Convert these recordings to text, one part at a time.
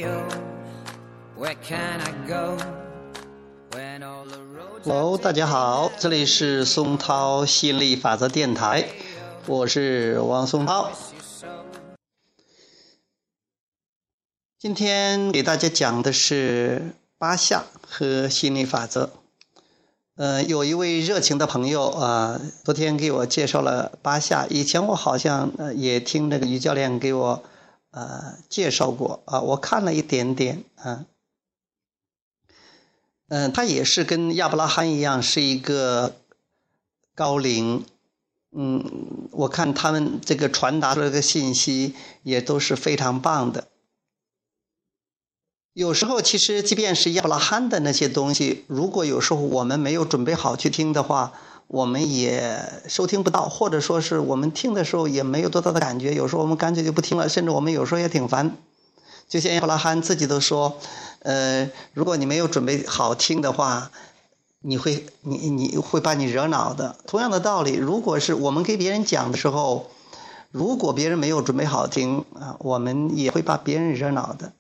Hello， 大家好，这里是松涛吸引力法则电台，我是王松涛。今天给大家讲的是8项和吸引力法则。有一位热情的朋友昨天给我介绍了8项，以前我好像也听那个于教练给我介绍过我看了一点点他也是跟亚伯拉罕一样是一个高龄，我看他们这个传达的这个信息也都是非常棒的。有时候其实即便是亚伯拉罕的那些东西，如果有时候我们没有准备好去听的话，我们也收听不到，或者说是我们听的时候也没有多大的感觉，有时候我们干脆就不听了，甚至我们有时候也挺烦。就像亚伯拉罕自己都说如果你没有准备好听的话，你会把你惹恼的。同样的道理，如果是我们给别人讲的时候，如果别人没有准备好听我们也会把别人惹恼的。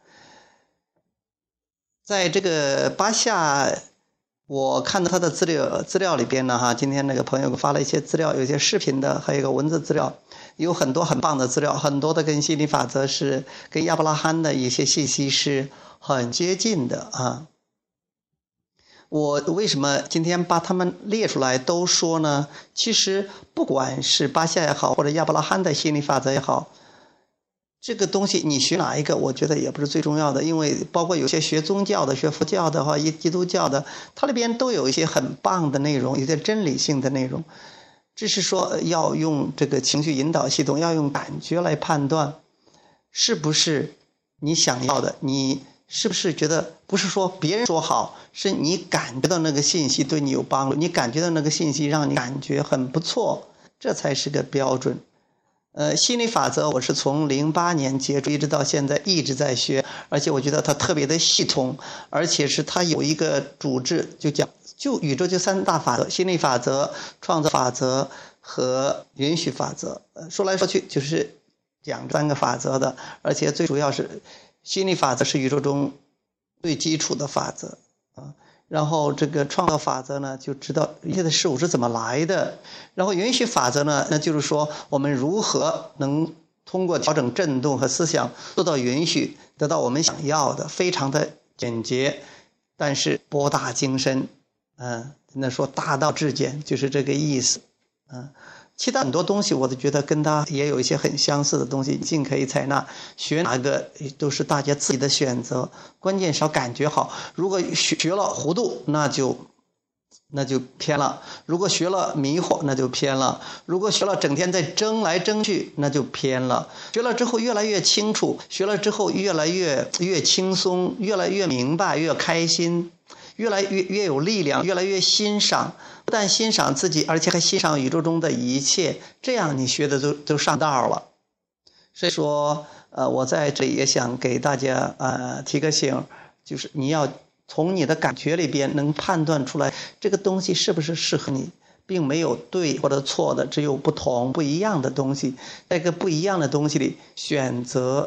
在这个8项我看到他的资料里边呢今天那个朋友给我发了一些资料，有一些视频的，还有一个文字资料，有很多很棒的资料，很多的跟吸引力法则是跟亚伯拉罕的一些信息是很接近的我为什么今天把他们列出来都说呢？其实不管是8项也好，或者亚伯拉罕的吸引力法则也好，这个东西你学哪一个我觉得也不是最重要的，因为包括有些学宗教的，学佛教的或基督教的，它里边都有一些很棒的内容，有些真理性的内容，只是说要用这个情绪引导系统，要用感觉来判断是不是你想要的，你是不是觉得不是说别人说好，是你感觉到那个信息对你有帮助，你感觉到那个信息让你感觉很不错，这才是个标准。吸引力法则我是从08年接触一直到现在一直在学，而且我觉得它特别的系统，而且是它有一个主旨，就宇宙就3大法则，吸引力法则、创造法则和允许法则。说来说去就是讲3个法则的，而且最主要是吸引力法则是宇宙中最基础的法则然后这个创造法则呢，就知道一切的事物是怎么来的。然后允许法则呢，那就是说我们如何能通过调整振动和思想做到允许，得到我们想要的，非常的简洁，但是博大精深那说大道至简就是这个意思其他很多东西我都觉得跟它也有一些很相似的东西，尽可以采纳，学哪个都是大家自己的选择，关键是要感觉好。如果学了糊涂那就偏了，如果学了迷惑那就偏了，如果学了整天在争来争去那就偏了，学了之后越来越清楚，学了之后越来越轻松，越来越明白，越开心，越来越有力量，越来越欣赏，不但欣赏自己，而且还欣赏宇宙中的一切，这样你学的都上道了。所以说我在这里也想给大家提个醒，就是你要从你的感觉里边能判断出来这个东西是不是适合你，并没有对或者错的，只有不一样的东西，在这个不一样的东西里选择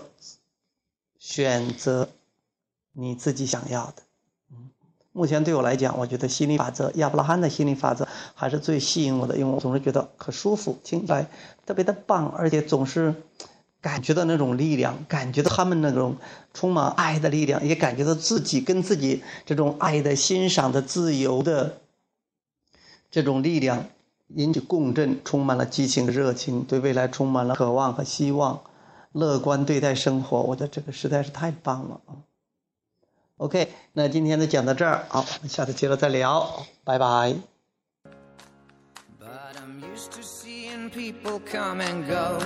你自己想要的目前对我来讲，我觉得吸引力法则，亚伯拉罕的吸引力法则还是最吸引我的，因为我总是觉得可舒服，听起来特别的棒，而且总是感觉到那种力量，感觉到他们那种充满爱的力量，也感觉到自己跟自己这种爱的、欣赏的、自由的这种力量引起共振，充满了激情、热情，对未来充满了渴望和希望，乐观对待生活，我觉得这个实在是太棒了OK， 那今天就讲到这儿，好，我们下次接着再聊，拜拜。But I'm used to seeing people come and go.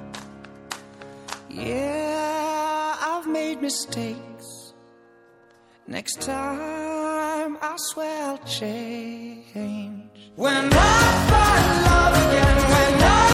Yeah, I've made mistakes. Next time I swear I'll change. When I